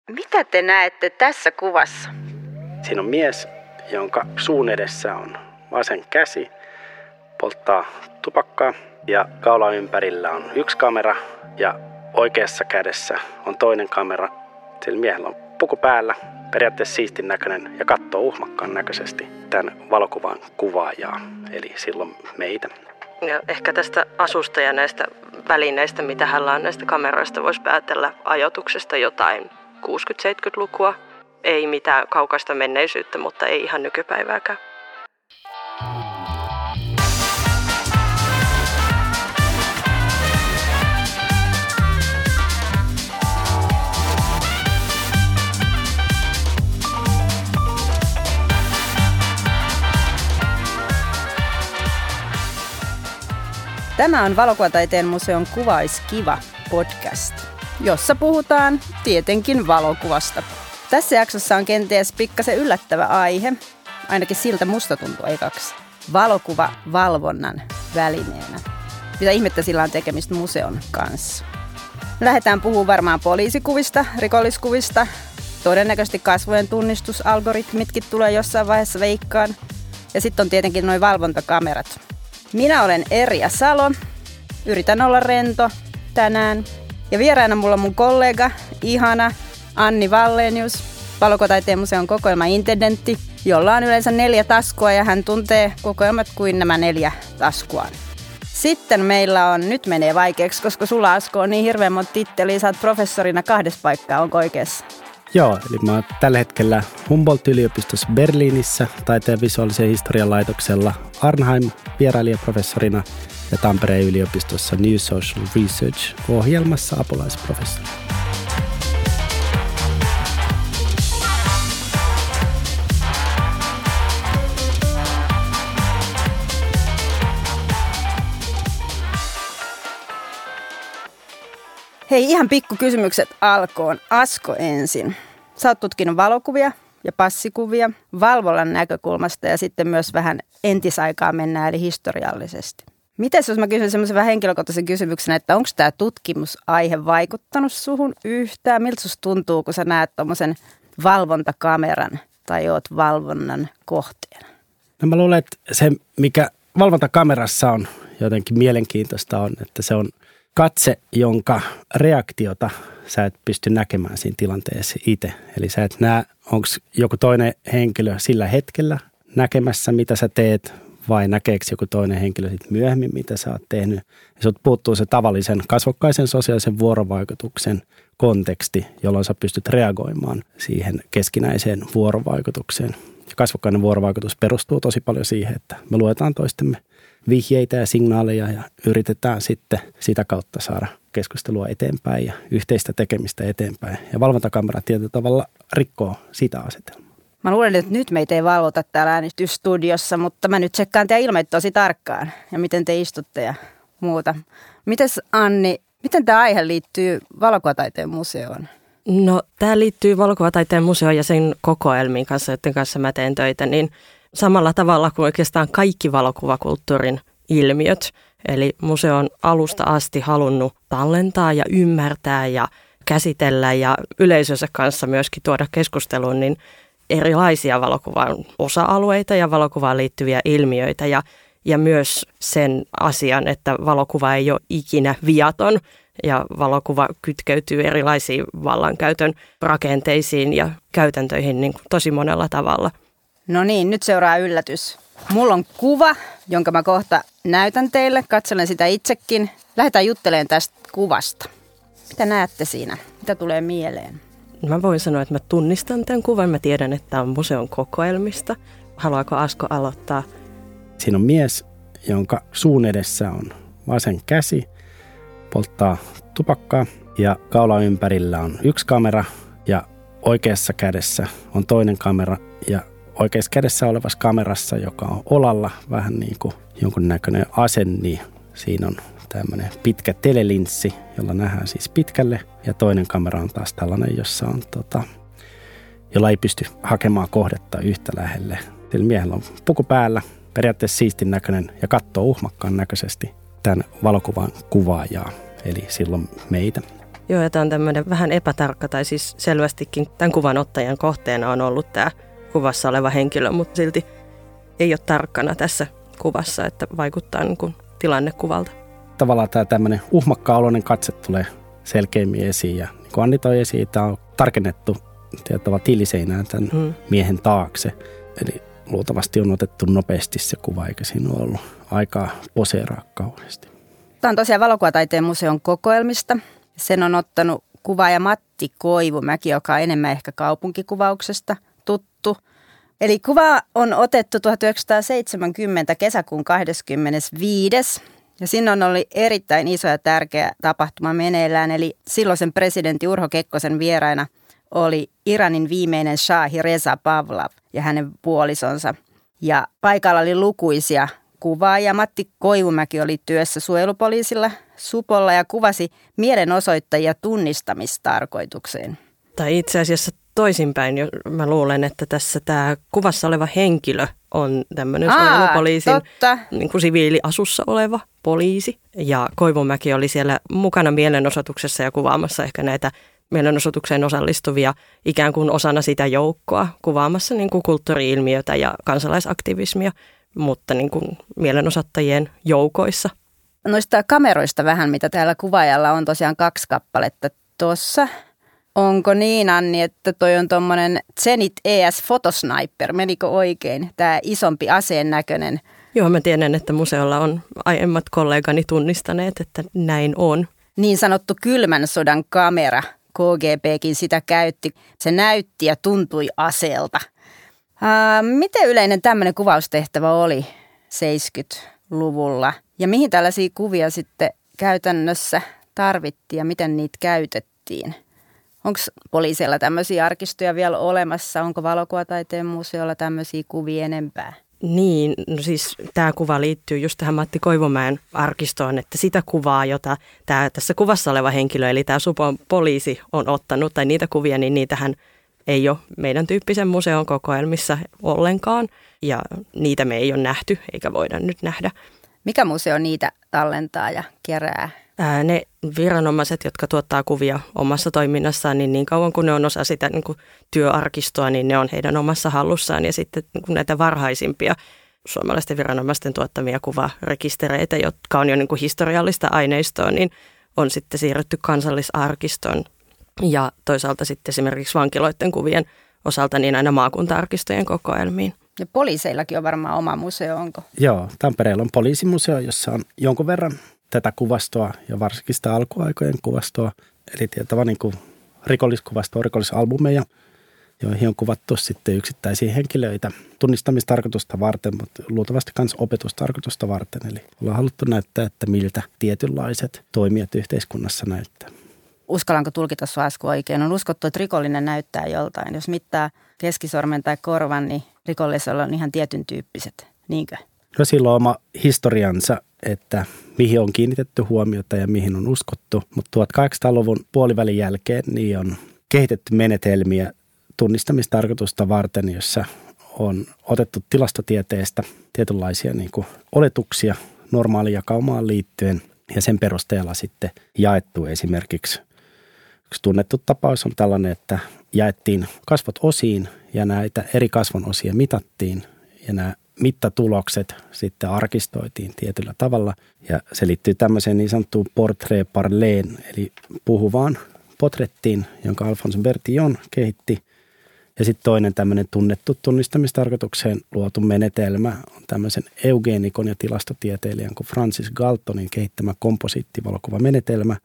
Mitä te näette tässä kuvassa? Siinä on mies, jonka suun edessä on vasen käsi, polttaa tupakkaa ja kaulan ympärillä on yksi kamera ja oikeassa kädessä on toinen kamera. Sillä miehellä on puku päällä, periaatteessa siistin näköinen ja katsoo uhmakkaan näköisesti tämän valokuvan kuvaajaa, eli silloin meitä. Ja ehkä tästä asusta ja näistä välineistä, mitä hänellä on näistä kameroista, voisi päätellä ajoituksesta jotain 60-70-lukua. Ei mitään kaukaista menneisyyttä, mutta ei ihan nykypäivääkään. Tämä on Valokuvataiteen museon Kuvaiskiva podcast, jossa puhutaan tietenkin valokuvasta. Tässä jaksossa on kenties pikkasen yllättävä aihe, ainakin siltä musta tuntuu ekaksi. Valokuva valvonnan välineenä. Mitä ihmettä sillä on tekemistä museon kanssa? Lähdetään puhumaan varmaan poliisikuvista, rikolliskuvista. Todennäköisesti kasvojen tunnistusalgoritmitkin tulee jossain vaiheessa veikkaan. Ja sitten on tietenkin nuo valvontakamerat. Minä olen Erja Salo. Yritän olla rento tänään. Ja vieraana mulla on mun kollega, ihana Anni Wallenius, Valokuvataiteen museon kokoelmaintendentti, jolla on yleensä 4 taskua ja hän tuntee kokoelmat kuin nämä 4 taskuaan. Sitten meillä on, nyt menee vaikeaksi, koska sulla Asko on niin hirveän monta titteliä, sä oot professorina 2 paikkaa, onko oikeassa? Joo, eli mä oon tällä hetkellä Humboldt-yliopistossa Berliinissä taiteen visuaalisen historian laitoksella Arnheim vierailijaprofessorina ja Tampereen yliopistossa New Social Research-ohjelmassa apulaisprofessori. Hei, ihan pikkukysymykset alkoon. Asko ensin. Sä oot tutkinut valokuvia ja passikuvia valvonnan näkökulmasta ja sitten myös vähän entisaikaan mennään, eli historiallisesti. Mites jos mä kysyn semmoisen vähän henkilökohtaisen kysymyksen, että onko tämä tutkimusaihe vaikuttanut suhun yhtään? Miltä susta tuntuu, kun sä näet tommosen valvontakameran tai oot valvonnan kohteena? No mä luulen, että se mikä valvontakamerassa on jotenkin mielenkiintoista on, että se on katse, jonka reaktiota sä et pysty näkemään siinä tilanteessa itse. Eli sä et näe, onko joku toinen henkilö sillä hetkellä näkemässä, mitä sä teet, vai näkeekö joku toinen henkilö sitten myöhemmin, mitä sä oot tehnyt. Ja sut puuttuu se tavallisen kasvokkaisen sosiaalisen vuorovaikutuksen konteksti, jolloin sä pystyt reagoimaan siihen keskinäiseen vuorovaikutukseen. Ja kasvokkainen vuorovaikutus perustuu tosi paljon siihen, että me luetaan toistemme vihjeitä ja signaaleja ja yritetään sitten sitä kautta saada keskustelua eteenpäin ja yhteistä tekemistä eteenpäin. Ja valvontakamera tietyllä tavalla rikkoo sitä asetelmaa. Mä luulen, että nyt meitä ei valvota täällä äänestysstudiossa, mutta mä nyt tsekkaan teidän ilmeet tosi tarkkaan ja miten te istutte ja muuta. Mites Anni, miten tämä aihe liittyy Valokuvataiteen museoon? No tämä liittyy Valokuvataiteen museoon ja sen kokoelmiin kanssa, joiden kanssa mä teen töitä, niin samalla tavalla kuin oikeastaan kaikki valokuvakulttuurin ilmiöt. Eli museo on alusta asti halunnut tallentaa ja ymmärtää ja käsitellä ja yleisönsä kanssa myöskin tuoda keskusteluun niin erilaisia valokuvan osa-alueita ja valokuvaan liittyviä ilmiöitä ja myös sen asian, että valokuva ei ole ikinä viaton ja valokuva kytkeytyy erilaisiin vallankäytön rakenteisiin ja käytäntöihin niin kuin tosi monella tavalla. No niin, nyt seuraa yllätys. Mulla on kuva, jonka mä kohta näytän teille. Katselen sitä itsekin. Lähdetään juttelemaan tästä kuvasta. Mitä näette siinä? Mitä tulee mieleen? Mä voin sanoa, että mä tunnistan tämän kuvan. Mä tiedän, että tämä on museon kokoelmista. Haluaako Asko aloittaa? Siinä on mies, jonka suun edessä on vasen käsi, polttaa tupakkaa ja kaulan ympärillä on yksi kamera ja oikeassa kädessä on toinen kamera ja oikeassa kädessä olevassa kamerassa, joka on olalla vähän niin kuin jonkunnäköinen ase, niin siinä on tämmöinen pitkä telelinssi, jolla nähdään siis pitkälle. Ja toinen kamera on taas tällainen, jossa on, jolla ei pysty hakemaan kohdetta yhtä lähelle. Sillä miehellä on puku päällä, periaatteessa siistin näköinen ja katsoo uhmakkaan näköisesti tämän valokuvan kuvaajaa, eli silloin meitä. Joo, ja tämä on tämmöinen vähän epätarkka, tai siis selvästikin tämän kuvan ottajan kohteena on ollut tämä kuvassa oleva henkilö, mutta silti ei ole tarkkana tässä kuvassa, että vaikuttaa niin kuin tilannekuvalta. Tavallaan tämä tämmöinen uhmakka-oloinen katse tulee selkeämmin esiin, ja niin kuin Anni toi esiin, tämä on tarkennettu tietyllä tiiliseinään tämän miehen taakse. Eli luultavasti on otettu nopeasti se kuva, eikä siinä ole ollut aikaa poseeraa kauheasti. Tämä on tosiaan Valokuvataiteen museon kokoelmista. Sen on ottanut kuvaaja Matti Koivumäki, joka on enemmän ehkä kaupunkikuvauksesta tuttu. Eli kuva on otettu 1970 kesäkuun 25. Ja siinä on ollut erittäin iso ja tärkeä tapahtuma meneillään. Eli silloisen presidentti Urho Kekkosen vieraina oli Iranin viimeinen shahi Reza Pahlavi ja hänen puolisonsa. Ja paikalla oli lukuisia kuvaajia. Matti Koivumäki oli työssä suojelupoliisilla Supolla ja kuvasi mielenosoittajia tunnistamistarkoitukseen. Tai itse asiassa toisinpäin, mä luulen, että tässä tämä kuvassa oleva henkilö on tämmöinen suojelupoliisin niin kuin siviiliasussa oleva poliisi. Ja Koivumäki oli siellä mukana mielenosoituksessa ja kuvaamassa ehkä näitä mielenosoitukseen osallistuvia ikään kuin osana sitä joukkoa, kuvaamassa niin kuin kulttuuri-ilmiötä ja kansalaisaktivismia, mutta niin kuin mielenosoittajien joukoissa. Noista kameroista vähän, mitä täällä kuvaajalla on tosiaan 2 kappaletta tuossa. Onko niin, Anni, että toi on tommonen Zenit ES Photosniper, menikö oikein? Tämä isompi aseen näköinen. Joo, mä tiedän, että museolla on aiemmat kollegani tunnistaneet, että näin on. Niin sanottu kylmän sodan kamera, KGBkin sitä käytti. Se näytti ja tuntui aseelta. Miten yleinen tämmöinen kuvaustehtävä oli 70-luvulla? Ja mihin tällaisia kuvia sitten käytännössä tarvittiin ja miten niitä käytettiin? Onko poliisilla tämmöisiä arkistoja vielä olemassa? Onko Valokuvataiteen museolla tämmöisiä kuvia enempää? Niin, no siis tämä kuva liittyy just tähän Matti Koivumäen arkistoon, että sitä kuvaa, jota tässä kuvassa oleva henkilö, eli tämä Supon poliisi on ottanut, tai niitä kuvia, niin niitähän ei ole meidän tyyppisen museon kokoelmissa ollenkaan, ja niitä me ei ole nähty, eikä voida nyt nähdä. Mikä museo niitä tallentaa ja kerää? Ne viranomaiset, jotka tuottaa kuvia omassa toiminnassaan, niin kauan kun ne on osa sitä niin kuin työarkistoa, niin ne on heidän omassa hallussaan. Ja sitten niin näitä varhaisimpia suomalaisten viranomaisten tuottamia kuvarekistereitä, jotka on jo niin kuin historiallista aineistoa, niin on sitten siirretty kansallisarkistoon. Ja toisaalta sitten esimerkiksi vankiloiden kuvien osalta niin aina maakunta-arkistojen kokoelmiin. Ja poliiseillakin on varmaan oma museo, onko? Joo, Tampereella on poliisimuseo, jossa on jonkun verran tätä kuvastoa ja varsinkin sitä alkuaikojen kuvastoa. Eli tietävä niin kuin rikolliskuvastoa, rikollisalbumeja, joihin on kuvattu sitten yksittäisiä henkilöitä tunnistamistarkoitusta varten, mutta luultavasti myös opetustarkoitusta varten. Eli ollaan haluttu näyttää, että miltä tietynlaiset toimijat yhteiskunnassa näyttää. Uskallanko tulkita sua äsken oikein? On uskottu, että rikollinen näyttää joltain. Jos mittaa keskisormen tai korvan, niin rikollisella on ihan tietyn tyyppiset, niinkö? No sillä on oma historiansa, että mihin on kiinnitetty huomiota ja mihin on uskottu. Mutta 1800-luvun puolivälin jälkeen niin on kehitetty menetelmiä tunnistamistarkoitusta varten, jossa on otettu tilastotieteestä tietynlaisia niin kuin oletuksia normaalijakaumaan liittyen ja sen perusteella sitten jaettu esimerkiksi. Yksi tunnettu tapaus on tällainen, että jaettiin kasvot osiin ja näitä eri kasvon osia mitattiin ja nämä mittatulokset sitten arkistoitiin tietyllä tavalla ja se liittyy tämmöiseen niin sanottuun portrait parleen eli puhuvaan potrettiin, jonka Alphonse Bertillon kehitti. Ja sitten toinen tämmöinen tunnettu tunnistamistarkoitukseen luotu menetelmä on tämmöisen eugeenikon ja tilastotieteilijän kuin Francis Galtonin kehittämä komposiittivalokuvamenetelmä.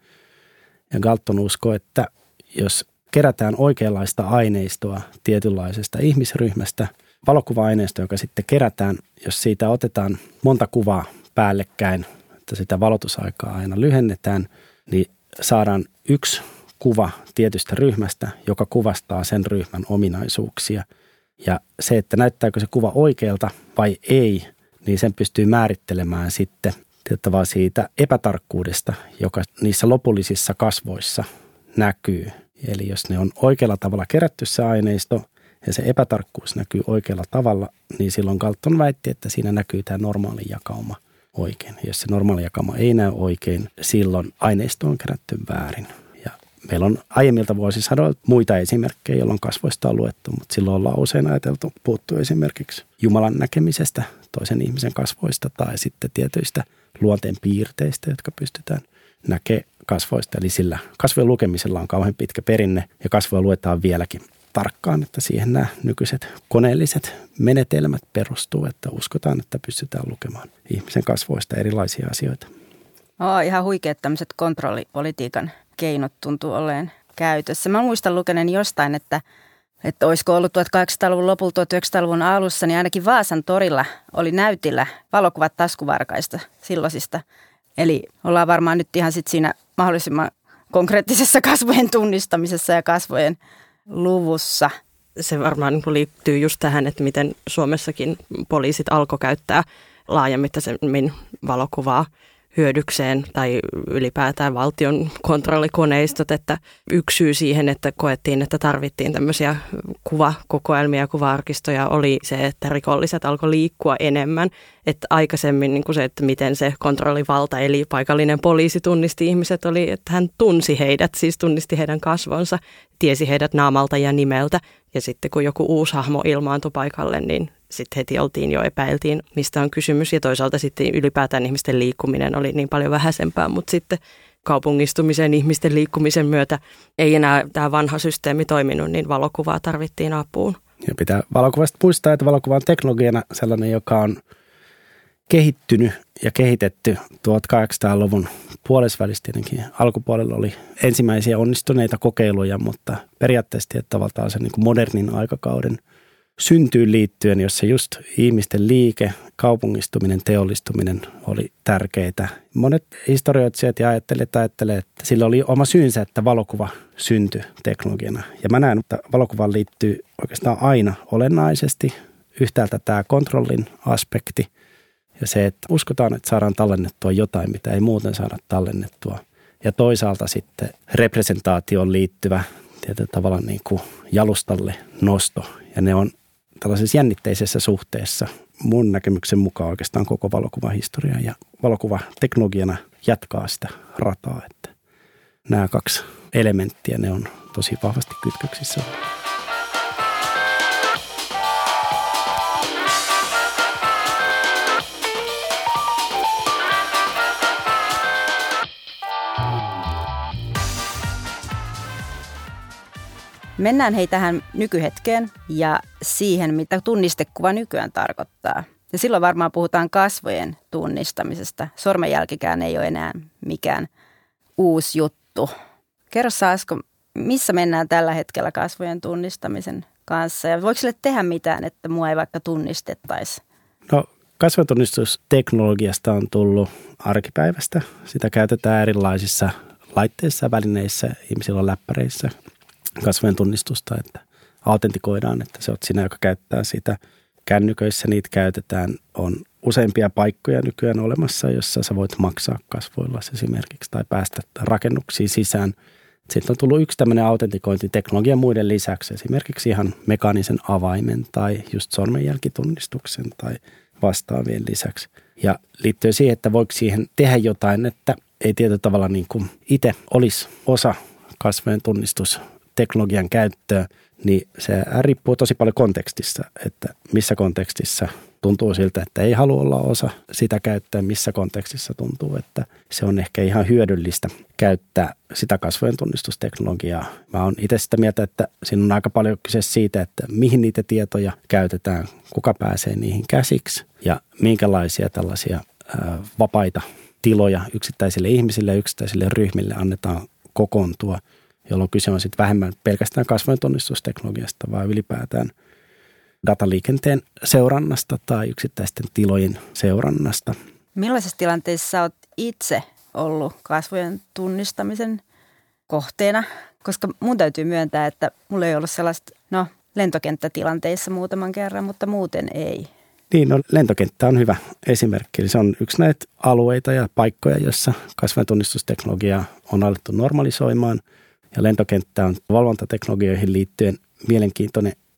Ja Galton uskoo, että jos kerätään oikeanlaista aineistoa tietynlaisesta ihmisryhmästä, valokuva-aineisto, joka sitten kerätään, jos siitä otetaan monta kuvaa päällekkäin, että sitä valotusaikaa aina lyhennetään, niin saadaan yksi kuva tietystä ryhmästä, joka kuvastaa sen ryhmän ominaisuuksia. Ja se, että näyttääkö se kuva oikealta vai ei, niin sen pystyy määrittelemään sitten tiettävää siitä epätarkkuudesta, joka niissä lopullisissa kasvoissa näkyy. Eli jos ne on oikealla tavalla kerätty se aineisto ja se epätarkkuus näkyy oikealla tavalla, niin silloin Galton väitti, että siinä näkyy tämä normaali jakauma oikein. Jos se normaali jakauma ei näy oikein, silloin aineisto on kerätty väärin. Ja meillä on aiemmilta vuosisadoilta muita esimerkkejä, jolloin kasvoista on luettu, mutta silloin ollaan usein ajateltu puuttua esimerkiksi Jumalan näkemisestä, toisen ihmisen kasvoista tai sitten tietyistä luonteen piirteistä, jotka pystytään näkemään kasvoista. Eli sillä kasvojen lukemisella on kauhean pitkä perinne ja kasvoja luetaan vieläkin tarkkaan, että siihen nämä nykyiset koneelliset menetelmät perustuu, että uskotaan, että pystytään lukemaan ihmisen kasvoista erilaisia asioita. Ihan huikeat tämmöiset kontrollipolitiikan keinot tuntuu olleen käytössä. Mä muistan lukeneen jostain, että olisiko ollut 1800-luvun lopulla 1900-luvun alussa, niin ainakin Vaasan torilla oli näytillä valokuvat taskuvarkaista silloisista. Eli ollaan varmaan nyt ihan sit siinä mahdollisimman konkreettisessa kasvojen tunnistamisessa ja kasvojen luvussa. Se varmaan liittyy just tähän, että miten Suomessakin poliisit alkoi käyttää laajemmin valokuvaa hyödykseen tai ylipäätään valtion kontrollikoneistot, että yksi syy siihen, että koettiin, että tarvittiin tämmöisiä kuvakokoelmia ja kuva-arkistoja oli se, että rikolliset alkoi liikkua enemmän, että aikaisemmin niin kuin se, että miten se kontrollivalta eli paikallinen poliisi tunnisti ihmiset oli, että hän tunsi heidät, siis tunnisti heidän kasvonsa, tiesi heidät naamalta ja nimeltä ja sitten kun joku uusi hahmo ilmaantui paikalle, niin sitten heti epäiltiin, mistä on kysymys. Ja toisaalta sitten ylipäätään ihmisten liikkuminen oli niin paljon vähäisempää, mutta sitten kaupungistumisen, ihmisten liikkumisen myötä ei enää tämä vanha systeemi toiminut, niin valokuvaa tarvittiin apuun. Ja pitää valokuvasta muistaa, että valokuva on teknologiana sellainen, joka on kehittynyt ja kehitetty 1800-luvun puolesvälistä tietenkin. Alkupuolella oli ensimmäisiä onnistuneita kokeiluja, mutta periaatteessa tavallaan se niin kuin modernin aikakauden syntyyn liittyen, jossa just ihmisten liike, kaupungistuminen, teollistuminen oli tärkeitä. Monet historioitsijat ja ajattelijat ajattelee, että sillä oli oma syynsä, että valokuva syntyi teknologiana. Ja mä näen, että valokuvaan liittyy oikeastaan aina olennaisesti yhtäältä tämä kontrollin aspekti ja se, että uskotaan, että saadaan tallennettua jotain, mitä ei muuten saada tallennettua. Ja toisaalta sitten representaatioon liittyvä tietyllä tavalla niin kuin jalustalle nosto. Ja ne on tällaisessa jännitteisessä suhteessa mun näkemyksen mukaan oikeastaan koko valokuvahistoria ja valokuva teknologiana jatkaa sitä rataa. Että nämä kaksi elementtiä, ne on tosi vahvasti kytköksissä. Mennään tähän nykyhetkeen ja siihen, mitä tunnistekuva nykyään tarkoittaa. Ja silloin varmaan puhutaan kasvojen tunnistamisesta. Sormenjälkikään ei ole enää mikään uusi juttu. Kerro Asko, missä mennään tällä hetkellä kasvojen tunnistamisen kanssa? Ja voiko sille tehdä mitään, että mua ei vaikka tunnistettaisi? No, kasvotunnistusteknologiasta on tullut arkipäivästä. Sitä käytetään erilaisissa laitteissa ja välineissä. Ihmisillä on läppäreissä kasvojen tunnistusta, että autentikoidaan, että se oot sinä, joka käyttää sitä. Kännyköissä niitä käytetään. On useampia paikkoja nykyään olemassa, jossa sä voit maksaa kasvoilla esimerkiksi tai päästä rakennuksiin sisään. Sitten on tullut yksi tämmöinen autentikointiteknologia muiden lisäksi, esimerkiksi ihan mekaanisen avaimen tai just sormenjälkitunnistuksen tai vastaavien lisäksi. Ja liittyy siihen, että voiko siihen tehdä jotain, että ei tietyllä tavalla niin kuin itse olisi osa kasvojen tunnistusteknologian käyttöä, niin se riippuu tosi paljon kontekstissa, että missä kontekstissa tuntuu siltä, että ei halua olla osa sitä käyttöä, missä kontekstissa tuntuu, että se on ehkä ihan hyödyllistä käyttää sitä kasvojen tunnistusteknologiaa. Mä oon itse sitä mieltä, että siinä on aika paljon kyse siitä, että mihin niitä tietoja käytetään, kuka pääsee niihin käsiksi ja minkälaisia tällaisia vapaita tiloja yksittäisille ihmisille ja yksittäisille ryhmille annetaan kokoontua, jolloin kyse on sitten vähemmän pelkästään kasvojen tunnistusteknologiasta, vaan ylipäätään dataliikenteen seurannasta tai yksittäisten tilojen seurannasta. Millaisessa tilanteessa olet itse ollut kasvojen tunnistamisen kohteena? Koska mun täytyy myöntää, että mulla ei ollut sellaista, lentokenttätilanteissa muutaman kerran, mutta muuten ei. Niin, lentokenttä on hyvä esimerkki. Se on yksi näitä alueita ja paikkoja, joissa kasvojen tunnistusteknologiaa on alettu normalisoimaan. Ja lentokenttä on valvontateknologioihin liittyen mielenkiintoinen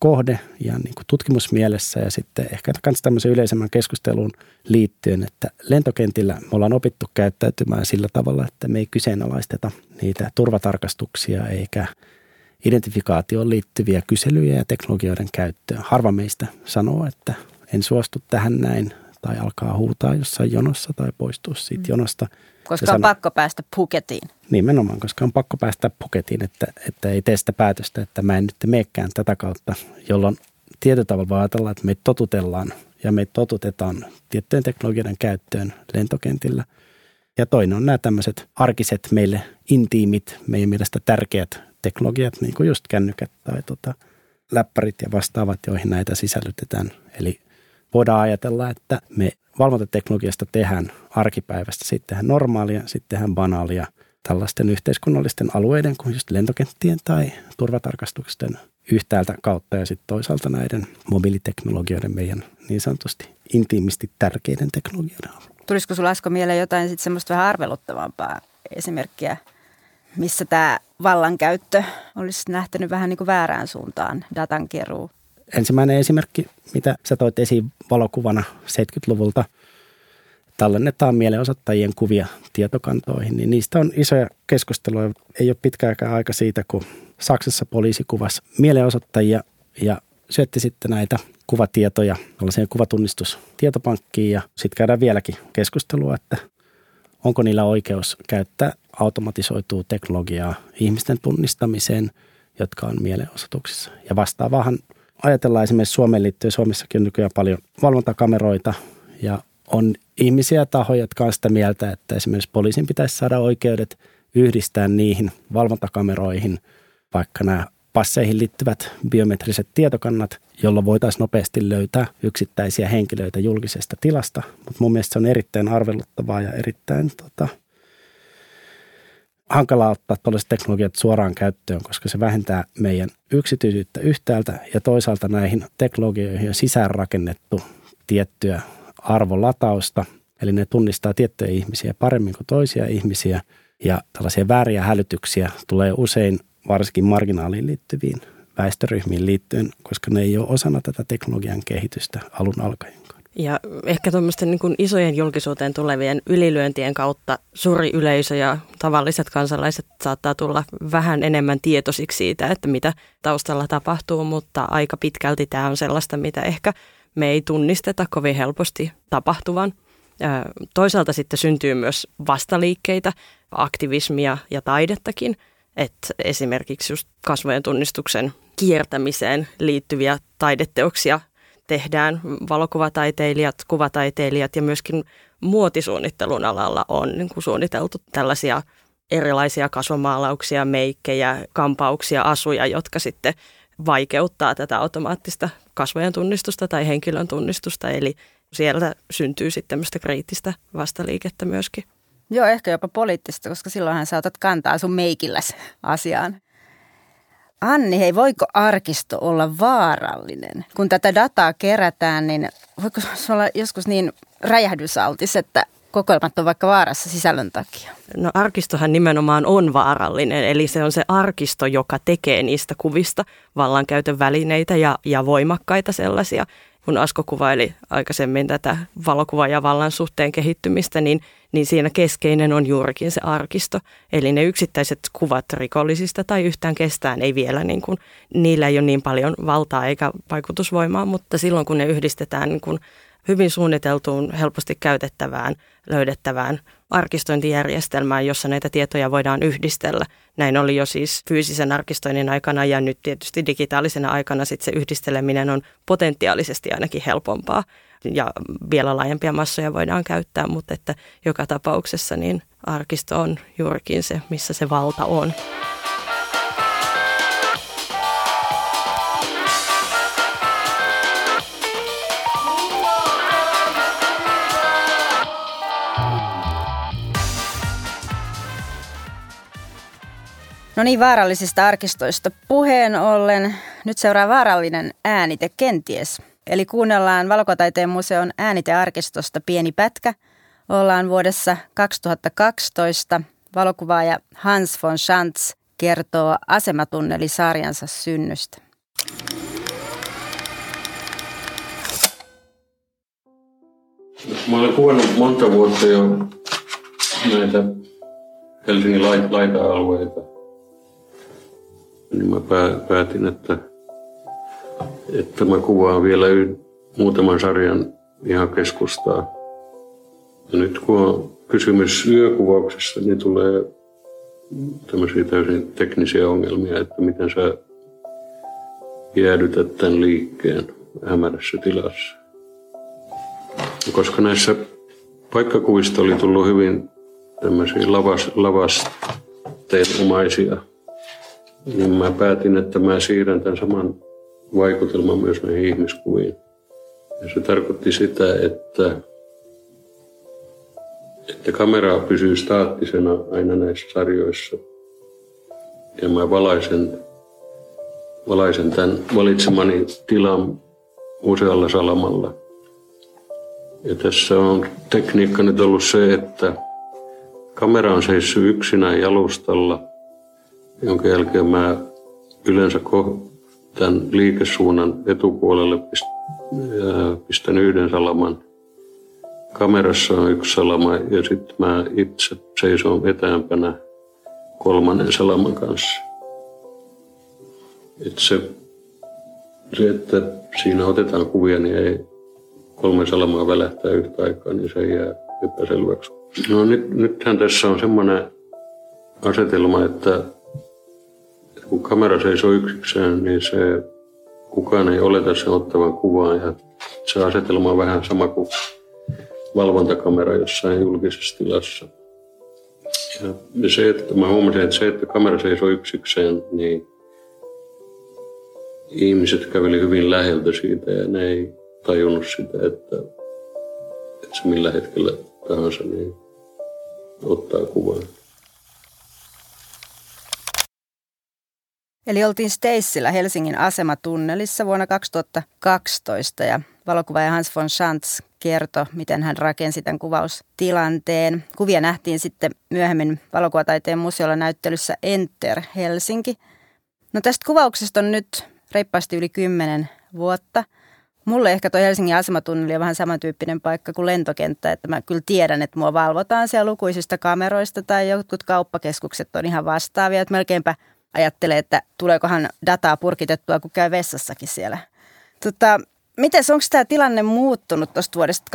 kohde ja niin kuin tutkimusmielessä ja sitten ehkä myös tämmöisen yleisemmän keskusteluun liittyen, että lentokentillä me ollaan opittu käyttäytymään sillä tavalla, että me ei kyseenalaisteta niitä turvatarkastuksia eikä identifikaatioon liittyviä kyselyjä ja teknologioiden käyttöä. Harva meistä sanoo, että en suostu tähän näin tai alkaa huutaa jossain jonossa tai poistua siitä jonosta. Koska on pakko päästä Phuketiin. Nimenomaan, koska on pakko päästä Phuketiin, että ei tee sitä päätöstä, että mä en nyt meekään tätä kautta, jolloin tietyllä tavalla voi ajatella, että meitä totutellaan ja meitä totutetaan tiettyjen teknologioiden käyttöön lentokentillä. Ja toinen on nämä tämmöiset arkiset meille intiimit, meidän mielestä tärkeät teknologiat, niin kuin just kännykät tai läppärit ja vastaavat, joihin näitä sisällytetään. Eli voidaan ajatella, että me valvontateknologiasta tehdään arkipäivästä, sitten tehdään normaalia, sitten tehdään banaalia tällaisten yhteiskunnallisten alueiden kuin just lentokenttien tai turvatarkastusten yhtäältä kautta ja sitten toisaalta näiden mobiiliteknologioiden meidän niin sanotusti intiimisti tärkeiden teknologioiden avulla. Tulisiko sinulla, Asko, mieleen jotain sitten semmoista vähän arveluttavampaa esimerkkiä, missä tämä vallankäyttö olisi nähtänyt vähän niin kuin väärään suuntaan, datankeruu? Ensimmäinen esimerkki, mitä sä toit esiin valokuvana 70-luvulta, tallennetaan mielenosoittajien kuvia tietokantoihin, niin niistä on isoja keskusteluja. Ei ole pitkääkään aika siitä, kun Saksassa poliisi kuvasi mielenosoittajia ja syötti sitten näitä kuvatietoja tällaiseen kuvatunnistustietopankkiin ja sitten käydään vieläkin keskustelua, että onko niillä oikeus käyttää automatisoitua teknologiaa ihmisten tunnistamiseen, jotka on mielenosoituksissa. Ja vastaavahan ajatellaan esimerkiksi Suomeen liittyen. Suomessakin on nykyään paljon valvontakameroita ja on ihmisiä ja tahoja, jotka on sitä mieltä, että esimerkiksi poliisin pitäisi saada oikeudet yhdistää niihin valvontakameroihin vaikka nämä passeihin liittyvät biometriset tietokannat, jolla voitaisiin nopeasti löytää yksittäisiä henkilöitä julkisesta tilasta. Mutta mun mielestä se on erittäin arveluttavaa ja erittäin hankalaa ottaa tällaiset teknologiat suoraan käyttöön, koska se vähentää meidän yksityisyyttä yhtäältä ja toisaalta näihin teknologioihin on sisäänrakennettu tiettyä arvolatausta. Eli ne tunnistaa tiettyjä ihmisiä paremmin kuin toisia ihmisiä ja tällaisia vääriä hälytyksiä tulee usein varsinkin marginaaliin liittyviin väestöryhmiin liittyen, koska ne ei ole osana tätä teknologian kehitystä alun alkaenkaan. Ja ehkä tuommoisten niin kuin isojen julkisuuteen tulevien ylilyöntien kautta suuri yleisö ja tavalliset kansalaiset saattaa tulla vähän enemmän tietoisiksi siitä, että mitä taustalla tapahtuu, mutta aika pitkälti tämä on sellaista, mitä ehkä me ei tunnisteta kovin helposti tapahtuvan. Toisaalta sitten syntyy myös vastaliikkeitä, aktivismia ja taidettakin, että esimerkiksi just kasvojen tunnistuksen kiertämiseen liittyviä taideteoksia tehdään. Valokuvataiteilijat, kuvataiteilijat ja myöskin muotisuunnittelun alalla on niin kuin suunniteltu tällaisia erilaisia kasvomaalauksia, meikkejä, kampauksia, asuja, jotka sitten vaikeuttaa tätä automaattista kasvojen tunnistusta tai henkilön tunnistusta. Eli sieltä syntyy sitten tämmöistä kriittistä vastaliikettä myöskin. Joo, ehkä jopa poliittista, koska silloinhan sä otat kantaa sun meikilläs asiaan. Anni, hei, voiko arkisto olla vaarallinen? Kun tätä dataa kerätään, niin voiko se olla joskus niin räjähdysaltis, että kokoelmat on vaikka vaarassa sisällön takia? No arkistohan nimenomaan on vaarallinen, eli se on se arkisto, joka tekee niistä kuvista vallankäytön välineitä ja voimakkaita sellaisia. Kun Asko kuvaili aikaisemmin tätä valokuva- ja vallan suhteen kehittymistä, niin siinä keskeinen on juurikin se arkisto. Eli ne yksittäiset kuvat rikollisista tai yhtään kestään ei vielä, niillä ei ole niin paljon valtaa eikä vaikutusvoimaa, mutta silloin kun ne yhdistetään hyvin suunniteltuun, helposti käytettävään, löydettävään arkistointijärjestelmään, jossa näitä tietoja voidaan yhdistellä. Näin oli jo siis fyysisen arkistoinnin aikana ja nyt tietysti digitaalisena aikana sit se yhdisteleminen on potentiaalisesti ainakin helpompaa ja vielä laajempia massoja voidaan käyttää, mutta että joka tapauksessa niin arkisto on juurikin se, missä se valta on. No niin, vaarallisista arkistoista puheen ollen. Nyt seuraa vaarallinen äänite kenties. Eli kuunnellaan Valokuvataiteen museon äänitearkistosta pieni pätkä. Ollaan vuodessa 2012. Valokuvaaja Hans von Schantz kertoo Asematunneli-sarjansa synnystä. Mä olen kuvannut monta vuotta jo näitä Helsingin laita-alueita. Niin mä päätin, että mä kuvaan vielä muutaman sarjan ihan keskustaa. Ja nyt kun on kysymys yökuvauksesta, niin tulee tämmöisiä täysin teknisiä ongelmia, että miten sä jäädytät tämän liikkeen hämärässä tilassa. Ja koska näissä paikkakuvista oli tullut hyvin tämmöisiä lavasteenomaisia, niin mä päätin, että mä siirrän tämän saman vaikutelman myös näihin ihmiskuviin. Ja se tarkoitti sitä, että kamera pysyy staattisena aina näissä sarjoissa. Ja mä valaisen tämän valitsemani tilan usealla salamalla. Ja tässä on tekniikka nyt ollut se, että kamera on seissyt yksinään jalustalla, jonka jälkeen mä yleensä tämän liikesuunnan etupuolelle pistän yhden salaman. Kamerassa on yksi salama ja sitten mä itse seison etäämpänä kolmannen salaman kanssa. Että siinä otetaan kuvia, niin ei 3 salamaa välähtää yhtä aikaa, niin se jää epäselväksi. No nythän tässä on semmoinen asetelma, että kun kamera seisoo yksikseen, niin kukaan ei oleta sen ottavan kuvaa. Ja se asetelma on vähän sama kuin valvontakamera jossain julkisessa tilassa. Ja se, että mä huomasin, että se, että kamera seisoo yksikseen, niin ihmiset käveli hyvin läheltä siitä ja ne ei tajunnut sitä, että se millä hetkellä tahansa niin ottaa kuvaa. Eli oltiin Stacella Helsingin asematunnelissa vuonna 2012 ja valokuvaaja Hans von Schantz kertoi, miten hän rakensi tämän kuvaustilanteen. Kuvia nähtiin sitten myöhemmin Valokuvataiteen museolla näyttelyssä Enter Helsinki. No tästä kuvauksesta on nyt reippaasti yli 10 vuotta. Mulle ehkä tuo Helsingin asematunneli on vähän samantyyppinen paikka kuin lentokenttä, että mä kyllä tiedän, että mua valvotaan siellä lukuisista kameroista tai jotkut kauppakeskukset on ihan vastaavia, että melkeinpä ajattelee, että tuleekohan dataa purkitettua, kun käy vessassakin siellä. Mites, onko tämä tilanne muuttunut tuosta vuodesta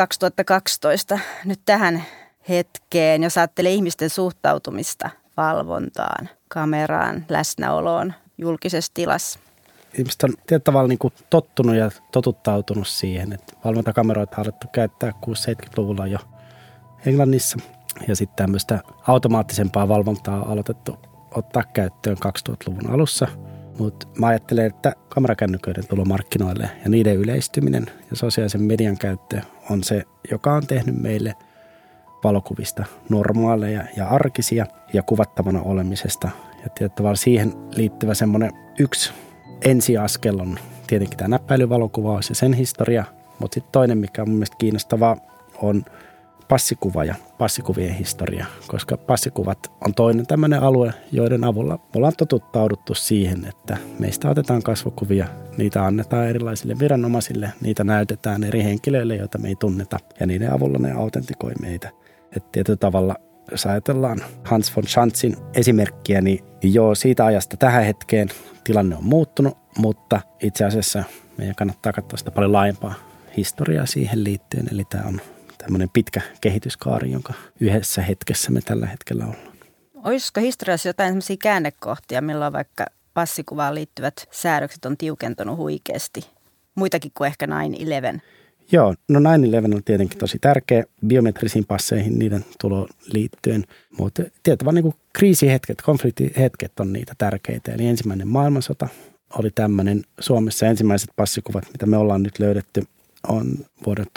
2012 nyt tähän hetkeen, jos ajattelee ihmisten suhtautumista valvontaan, kameraan, läsnäoloon julkisessa tilassa? Ihmiset on tietyllä tavalla niin kuin tottunut ja totuttautunut siihen, että valvontakameroita on alettu käyttää 60-70-luvulla jo Englannissa. Ja sitten tämmöistä automaattisempaa valvontaa on aloitettu ottaa käyttöön 2000-luvun alussa. Mutta mä ajattelen, että kamerakännyköiden tulo markkinoille ja niiden yleistyminen ja sosiaalisen median käyttö on se, joka on tehnyt meille valokuvista normaaleja ja arkisia ja kuvattavana olemisesta. Ja tietyllä tavalla siihen liittyvä semmoinen yksi ensiaskel on tietenkin tämä näppäilyvalokuvaus ja sen historia, mutta sitten toinen, mikä on mun mielestä kiinnostavaa, on passikuva ja passikuvien historia, koska passikuvat on toinen tämmöinen alue, joiden avulla ollaan totuttauduttu siihen, että meistä otetaan kasvokuvia, niitä annetaan erilaisille viranomaisille, niitä näytetään eri henkilöille, joita me ei tunneta, ja niiden avulla ne autentikoi meitä. Että tietyllä tavalla, jos ajatellaan Hans von Schantzin esimerkkiä, niin joo, siitä ajasta tähän hetkeen tilanne on muuttunut, mutta itse asiassa meidän kannattaa katsoa sitä paljon laajempaa historiaa siihen liittyen, eli tämä on tämmöinen pitkä kehityskaari, jonka yhdessä hetkessä me tällä hetkellä ollaan. Olisiko historiassa jotain sellaisia käännekohtia, milloin vaikka passikuvaan liittyvät säädökset on tiukentunut huikeasti? Muitakin kuin ehkä 9/11. Joo, no 9/11 on tietenkin tosi tärkeä biometrisiin passeihin niiden tuloon liittyen, mutta tietysti niin kuin kriisihetket, konfliktihetket on niitä tärkeitä. Eli ensimmäinen maailmansota oli tämmöinen Suomessa ensimmäiset passikuvat, mitä me ollaan nyt löydetty, on vuodelta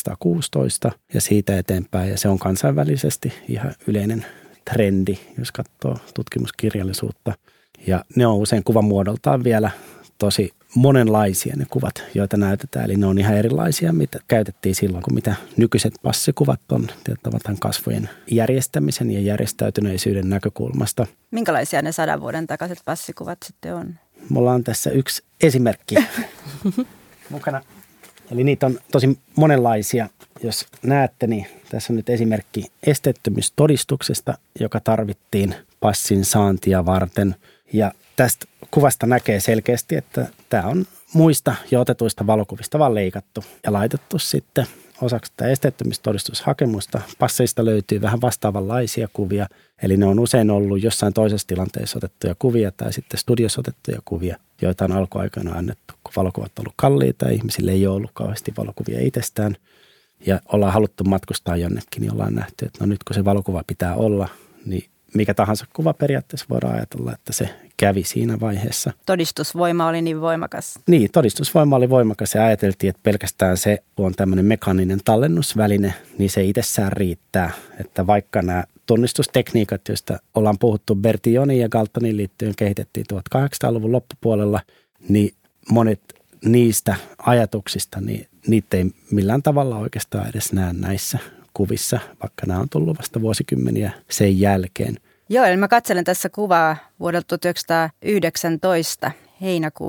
1916 ja siitä eteenpäin. Ja se on kansainvälisesti ihan yleinen trendi, jos katsoo tutkimuskirjallisuutta. Ja ne on usein kuvamuodoltaan vielä tosi monenlaisia ne kuvat, joita näytetään. Eli ne on ihan erilaisia, mitä käytettiin silloin, kuin mitä nykyiset passikuvat on tämän kasvojen järjestämisen ja järjestäytyneisyyden näkökulmasta. Minkälaisia ne 100 vuoden takaiset passikuvat sitten on? Mulla on tässä yksi esimerkki mukana. Eli niitä on tosi monenlaisia jos näette, niin tässä on nyt esimerkki esteettömyystodistuksesta, joka tarvittiin passin saantia varten. Ja tästä kuvasta näkee selkeästi, että tämä on muista jo otetuista valokuvista vaan leikattu ja laitettu sitten osaksi tätä esteettömyystodistushakemusta. Passeista löytyy vähän vastaavanlaisia kuvia, eli ne on usein ollut jossain toisessa tilanteessa otettuja kuvia tai sitten studiossa otettuja kuvia, joita on alkuaikoina annettu, kun valokuvat on ollut kalliita ja ihmisille ei ole ollut kauheasti valokuvia itsestään. Ja ollaan haluttu matkustaa jonnekin, niin ollaan nähty, että no nyt kun se valokuva pitää olla, niin mikä tahansa kuva periaatteessa voidaan ajatella, että se kävi siinä vaiheessa. Todistusvoima oli niin voimakas. Niin, todistusvoima oli voimakas ja ajateltiin, että pelkästään se, kun on tämmöinen mekaaninen tallennusväline, niin se itsessään riittää. Että vaikka nämä tunnistustekniikat, joista ollaan puhuttu Bertilloniin ja Galtonin liittyen, kehitettiin 1800-luvun loppupuolella, niin monet niistä ajatuksista, niin niitä ei millään tavalla oikeastaan edes näe näissä kuvissa, vaikka nämä on tullut vasta vuosikymmeniä sen jälkeen. Joo, eli mä katselen tässä kuvaa vuodelta 1919, heinäkuu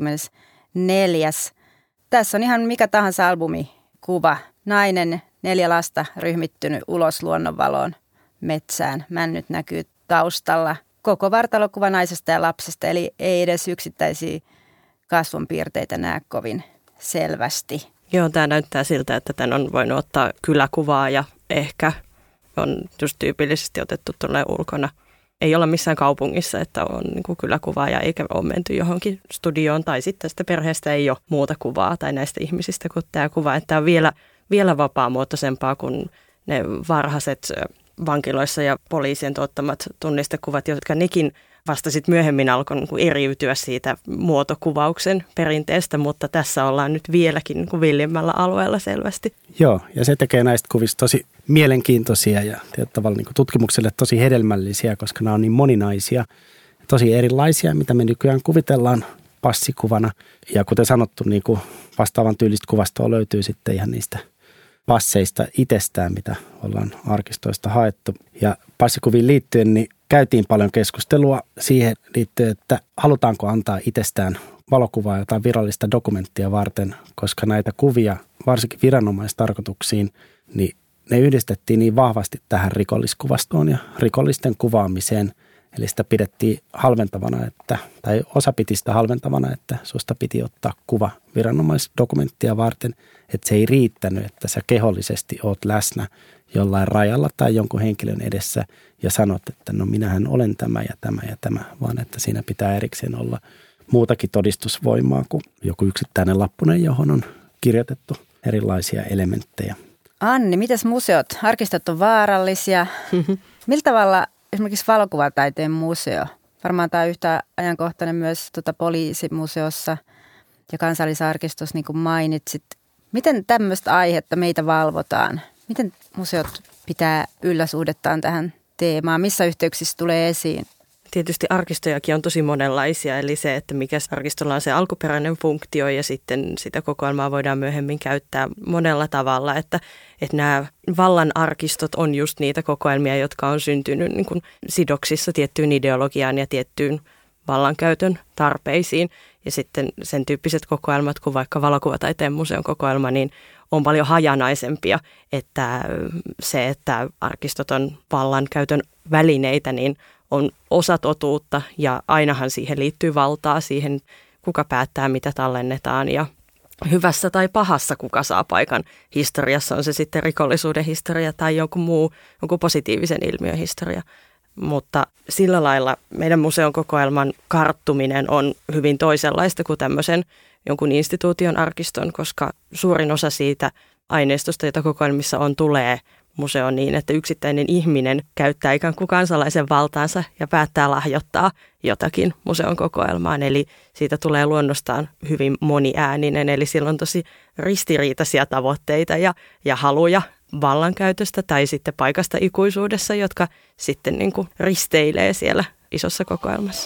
24. Tässä on ihan mikä tahansa albumikuva. Nainen, 4 lasta ryhmittynyt ulos luonnonvaloon metsään. Männyt näkyy taustalla. Koko vartalokuva naisesta ja lapsesta, eli ei edes yksittäisiä kasvonpiirteitä näe kovin selvästi. Joo, tämä näyttää siltä, että tämän on voinut ottaa kyläkuvaa ja ehkä on just tyypillisesti otettu tuolle ulkona. Ei olla missään kaupungissa, että on niin kuin kyläkuvaa ja eikä ole menty johonkin studioon tai sitten tästä perheestä ei ole muuta kuvaa tai näistä ihmisistä kuin tämä kuva. Että tämä on vielä vapaamuotoisempaa kuin ne varhaiset vankiloissa ja poliisien tuottamat tunnistekuvat, jotka nekin vasta sitten myöhemmin alkoi niin kuin eriytyä siitä muotokuvauksen perinteestä, mutta tässä ollaan nyt vieläkin niin kuin villimmällä alueella selvästi. Joo, ja se tekee näistä kuvista tosi mielenkiintoisia ja tavallaan niin kuin tutkimukselle tosi hedelmällisiä, koska nämä on niin moninaisia, tosi erilaisia, mitä me nykyään kuvitellaan passikuvana. Ja kuten sanottu, niin kuin vastaavan tyylistä kuvastoa löytyy sitten ihan niistä passeista itsestään, mitä ollaan arkistoista haettu. Ja passikuviin liittyen, niin käytiin paljon keskustelua siihen liittyen, että halutaanko antaa itsestään valokuvaa jotain virallista dokumenttia varten, koska näitä kuvia, varsinkin viranomaistarkoituksiin, niin ne yhdistettiin niin vahvasti tähän rikolliskuvastoon ja rikollisten kuvaamiseen. Eli sitä pidettiin halventavana, tai osa piti sitä halventavana, että susta piti ottaa kuva viranomaisdokumenttia varten, että se ei riittänyt, että sä kehollisesti oot läsnä jollain rajalla tai jonkun henkilön edessä ja sanot, että no minähän olen tämä ja tämä ja tämä, vaan että siinä pitää erikseen olla muutakin todistusvoimaa kuin joku yksittäinen lappunen, johon on kirjoitettu erilaisia elementtejä. Anni, mitäs museot? Arkistot on vaarallisia. Millä tavalla esimerkiksi valokuvataiteen museo, varmaan tämä on yhtä ajankohtainen myös poliisimuseossa ja kansallisarkistossa, niin kuin mainitsit. Miten tämmöistä aihetta meitä valvotaan? Miten museot pitää yllä suhdettaan tähän teemaan? Missä yhteyksissä tulee esiin? Tietysti arkistojakin on tosi monenlaisia, eli se, että mikä arkistolla on se alkuperäinen funktio ja sitten sitä kokoelmaa voidaan myöhemmin käyttää monella tavalla, että nämä vallan arkistot on just niitä kokoelmia, jotka on syntynyt niin kuin sidoksissa tiettyyn ideologiaan ja tiettyyn vallankäytön tarpeisiin. Ja sitten sen tyyppiset kokoelmat kuin vaikka Valokuvataiteen museon kokoelma, niin on paljon hajanaisempia, että se, että arkistot on vallankäytön välineitä, niin on osa totuutta ja ainahan siihen liittyy valtaa siihen, kuka päättää, mitä tallennetaan ja hyvässä tai pahassa, kuka saa paikan historiassa, on se sitten rikollisuuden historia tai jonkun positiivisen ilmiön historia. Mutta sillä lailla meidän museon kokoelman karttuminen on hyvin toisenlaista kuin tämmöisen jonkun instituution arkiston, koska suurin osa siitä aineistosta, jota kokoelmissa on, tulee museoon niin, että yksittäinen ihminen käyttää ikään kuin kansalaisen valtaansa ja päättää lahjoittaa jotakin museon kokoelmaan. Eli siitä tulee luonnostaan hyvin moniääninen, eli sillä on tosi ristiriitaisia tavoitteita ja haluja vallankäytöstä tai sitten paikasta ikuisuudessa, jotka sitten niin kuin risteilee siellä isossa kokoelmassa.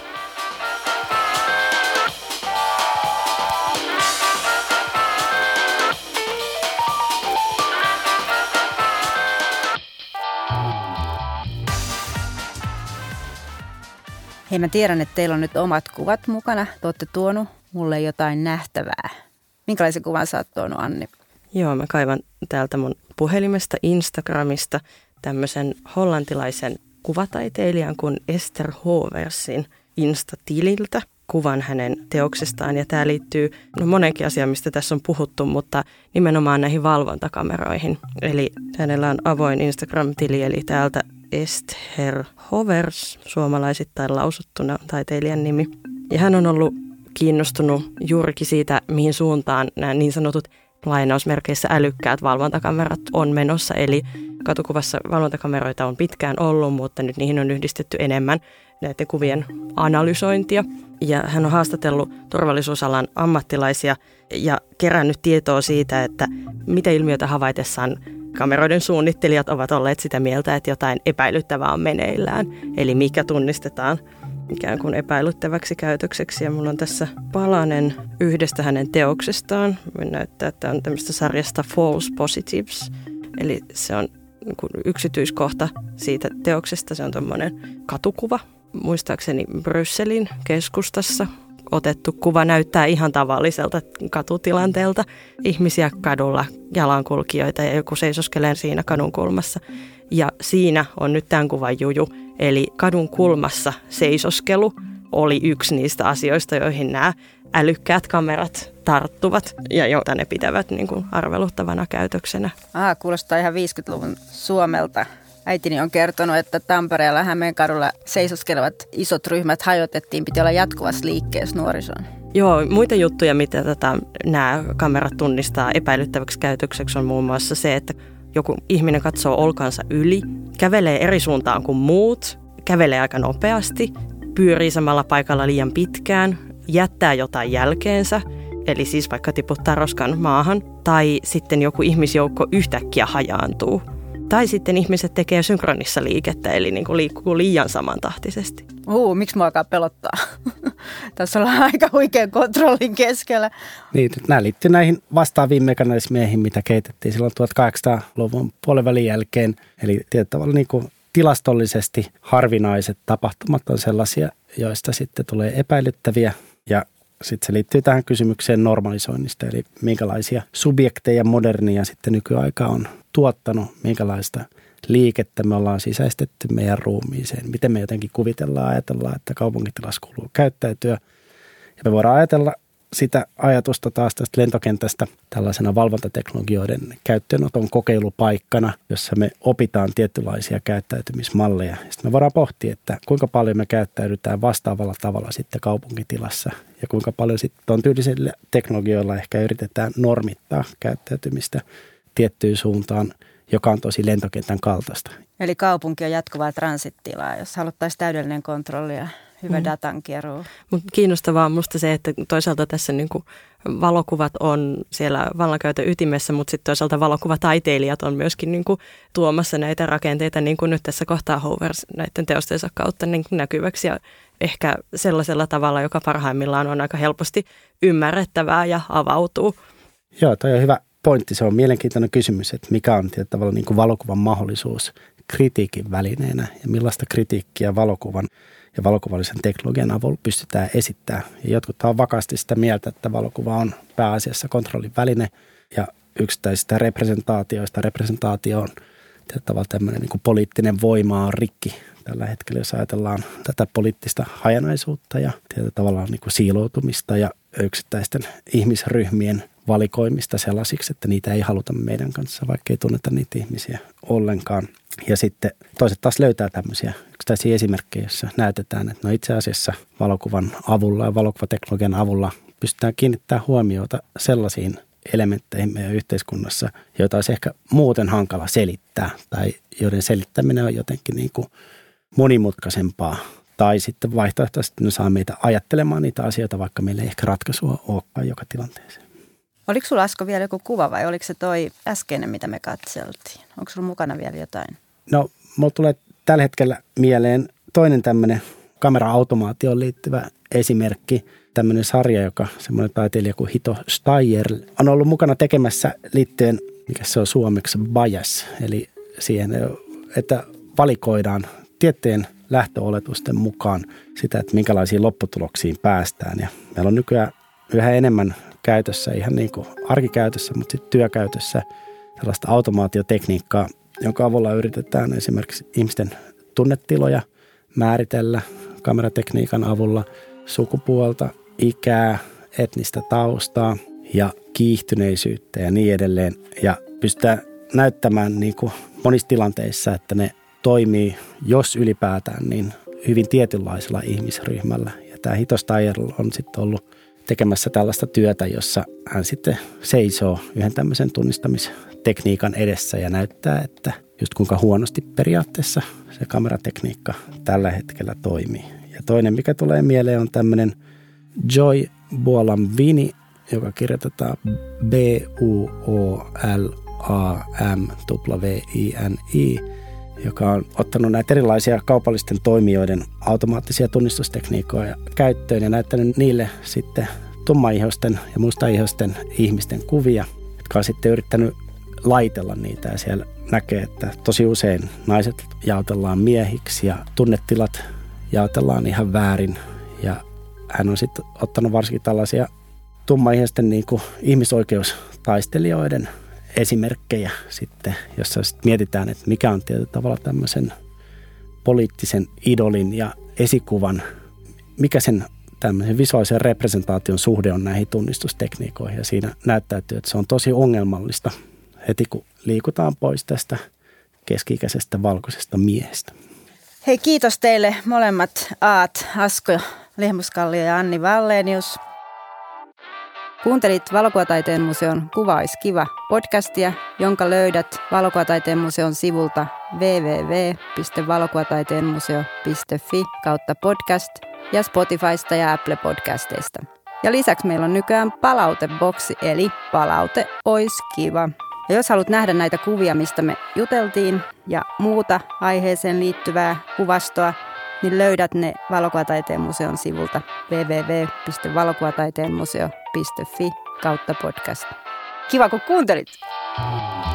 Hei, mä tiedän, että teillä on nyt omat kuvat mukana. Te olette tuonut mulle jotain nähtävää. Minkälaisen kuvan sä oot tuonut, Anni? Joo, mä kaivan täältä mun puhelimesta Instagramista tämmöisen hollantilaisen kuvataiteilijan kuin Esther Hoversin Insta-tililtä kuvan hänen teoksestaan. Ja tämä liittyy monenkin asiaan, mistä tässä on puhuttu, mutta nimenomaan näihin valvontakameroihin. Eli hänellä on avoin Instagram-tili, eli täältä Esther Hovers, suomalaisittain lausuttuna taiteilijan nimi. Ja hän on ollut kiinnostunut juurikin siitä, mihin suuntaan nämä niin sanotut lainausmerkeissä älykkäät valvontakamerat on menossa. Eli katukuvassa valvontakameroita on pitkään ollut, mutta nyt niihin on yhdistetty enemmän näiden kuvien analysointia. Ja hän on haastatellut turvallisuusalan ammattilaisia ja kerännyt tietoa siitä, että mitä ilmiötä havaitessaan kameroiden suunnittelijat ovat olleet sitä mieltä, että jotain epäilyttävää on meneillään. Eli mikä tunnistetaan ikään kuin epäilyttäväksi käytökseksi. Ja mulla on tässä palanen yhdestä hänen teoksestaan. Me näyttää, että on tämmöistä sarjasta False Positives. Eli se on yksityiskohta siitä teoksesta. Se on tommoinen katukuva. Muistaakseni Brysselin keskustassa otettu kuva näyttää ihan tavalliselta katutilanteelta. Ihmisiä kadulla, jalankulkijoita ja joku seisoskelee siinä kadun kulmassa. Ja siinä on nyt tämän kuvan juju. Eli kadun kulmassa seisoskelu oli yksi niistä asioista, joihin nämä älykkäät kamerat tarttuvat ja joita ne pitävät niin kuin arveluttavana käytöksenä. Kuulostaa ihan 50-luvun Suomelta. Äitini on kertonut, että Tampereella Hämeenkadulla seisoskelevat isot ryhmät hajotettiin, piti olla jatkuvassa liikkeessä nuorisoon. Joo, muita juttuja, mitä nämä kamerat tunnistaa epäilyttäväksi käytökseksi on muun muassa se, että joku ihminen katsoo olkansa yli, kävelee eri suuntaan kuin muut, kävelee aika nopeasti, pyörii samalla paikalla liian pitkään, jättää jotain jälkeensä, eli siis vaikka tiputtaa roskan maahan, tai sitten joku ihmisjoukko yhtäkkiä hajaantuu. Tai sitten ihmiset tekee synkronissa liikettä, eli niin kuin liikkuu liian samantahtisesti. Miksi mua alkaa pelottaa? Tässä ollaan aika huikean kontrollin keskellä. Niin, nämä liittyy näihin vastaaviin mekanismeihin, mitä kehitettiin silloin 1800-luvun puolivälin jälkeen. Eli tietyllä tavalla niin kuin tilastollisesti harvinaiset tapahtumat on sellaisia, joista sitten tulee epäilyttäviä. Ja sitten se liittyy tähän kysymykseen normalisoinnista, eli minkälaisia subjekteja modernia sitten nykyaika on tuottanut, minkälaista liikettä me ollaan sisäistetty meidän ruumiiseen, miten me jotenkin kuvitellaan, ajatellaan, että kaupunkitilassa kuuluu käyttäytyä. Ja me voidaan ajatella sitä ajatusta taas tästä lentokentästä tällaisena valvontateknologioiden käyttöönoton kokeilupaikkana, jossa me opitaan tietynlaisia käyttäytymismalleja. Sitten me voidaan pohtia, että kuinka paljon me käyttäydytään vastaavalla tavalla sitten kaupunkitilassa ja kuinka paljon sitten tuon tyylisillä teknologioilla ehkä yritetään normittaa käyttäytymistä tiettyyn suuntaan, joka on tosi lentokentän kaltaista. Eli kaupunki on jatkuvaa transittilaa, jos haluttaisiin täydellinen kontrolli ja hyvä datankieruu. Mutta kiinnostavaa on musta se, että toisaalta tässä niinku valokuvat on siellä vallankäytön ytimessä, mutta sitten toisaalta valokuvataiteilijat on myöskin niinku tuomassa näitä rakenteita, niin kuin nyt tässä kohtaa Hovers näiden teostensa kautta niin näkyväksi ja ehkä sellaisella tavalla, joka parhaimmillaan on aika helposti ymmärrettävää ja avautuu. Joo, toi on hyvä pointti. Se on mielenkiintoinen kysymys, että mikä on tavalla niin kuin valokuvan mahdollisuus kritiikin välineenä ja millaista kritiikkiä valokuvan ja valokuvallisen teknologian avulla pystytään esittämään. Ja jotkut on vakaasti sitä mieltä, että valokuva on pääasiassa kontrollin väline ja yksittäisistä representaatio on tavallaan tämmöinen niin kuin poliittinen voima on rikki tällä hetkellä, jos ajatellaan tätä poliittista hajanaisuutta ja tavallaan niin kuin siiloutumista ja yksittäisten ihmisryhmien valikoimista sellaisiksi, että niitä ei haluta meidän kanssa, vaikka ei tunneta niitä ihmisiä ollenkaan. Ja sitten toiset taas löytää tämmöisiä yksittäisiä esimerkkejä, joissa näytetään, että no itse asiassa valokuvan avulla ja valokuvateknologian avulla pystytään kiinnittämään huomiota sellaisiin elementteihin meidän yhteiskunnassa, joita olisi ehkä muuten hankala selittää tai joiden selittäminen on jotenkin niin kuin monimutkaisempaa. Tai sitten vaihtoehtoisesti ne saa meitä ajattelemaan niitä asioita, vaikka meillä ei ehkä ratkaisua olekaan joka tilanteeseen. Oliko sulla, Asko, vielä joku kuva vai oliko se toi äskeinen, mitä me katseltiin? Onko sulla mukana vielä jotain? No, mulla tulee tällä hetkellä mieleen toinen tämmöinen kamera-automaatioon liittyvä esimerkki. Tämmöinen sarja, joka semmoinen taiteilija kuin Hito Steyer on ollut mukana tekemässä liittyen, mikä se on suomeksi, bias. Eli siihen, että valikoidaan tiettyjen lähtöoletusten mukaan sitä, että minkälaisiin lopputuloksiin päästään. Ja meillä on nykyään yhä enemmän käytössä, ihan niin kuin arkikäytössä, mutta sitten työkäytössä tällaista automaatiotekniikkaa, jonka avulla yritetään esimerkiksi ihmisten tunnetiloja määritellä kameratekniikan avulla, sukupuolta, ikää, etnistä taustaa ja kiihtyneisyyttä ja niin edelleen. Ja pystytään näyttämään niin kuin monissa tilanteissa, että ne toimii, jos ylipäätään, niin hyvin tietynlaisella ihmisryhmällä. Ja tämä Hito Steyr on sitten ollut tekemässä tällaista työtä, jossa hän sitten seisoo yhden tämmöisen tunnistamistekniikan edessä ja näyttää, että just kuinka huonosti periaatteessa se kameratekniikka tällä hetkellä toimii. Ja toinen, mikä tulee mieleen, on tämmöinen Joy Buolamwini, joka kirjoitetaan Buolamwini, joka on ottanut näitä erilaisia kaupallisten toimijoiden automaattisia tunnistustekniikoja käyttöön ja näyttänyt niille sitten tummaihoisten ja mustaihoisten ihmisten kuvia, jotka on sitten yrittänyt laitella niitä. Ja siellä näkee, että tosi usein naiset jaotellaan miehiksi ja tunnetilat jaotellaan ihan väärin. Ja hän on sitten ottanut varsinkin tällaisia tummaihoisten niin kuin ihmisoikeustaistelijoiden esimerkkejä sitten, jossa sitten mietitään, että mikä on tietyllä tavalla tämmöisen poliittisen idolin ja esikuvan, mikä sen tämmöisen visuaalisen representaation suhde on näihin tunnistustekniikoihin. Ja siinä näyttäytyy, että se on tosi ongelmallista heti, kun liikutaan pois tästä keski-ikäisestä valkoisesta miehestä. Hei, kiitos teille molemmat Aat, Asko Lehmuskallio ja Anni Wallenius. Kuuntelit Valokuvataiteen museon Kuva ois kiva -podcastia, jonka löydät Valokuvataiteen museon sivulta www.valokuvataiteenmuseo.fi/podcast ja Spotifysta ja Apple Podcasteista. Ja lisäksi meillä on nykyään palauteboksi, eli palaute ois kiva. Ja jos haluat nähdä näitä kuvia, mistä me juteltiin ja muuta aiheeseen liittyvää kuvastoa, niin löydät ne Valokuvataiteen museon sivulta www.valokuvataiteenmuseo.fi/podcast. Kiva, kun kuuntelit!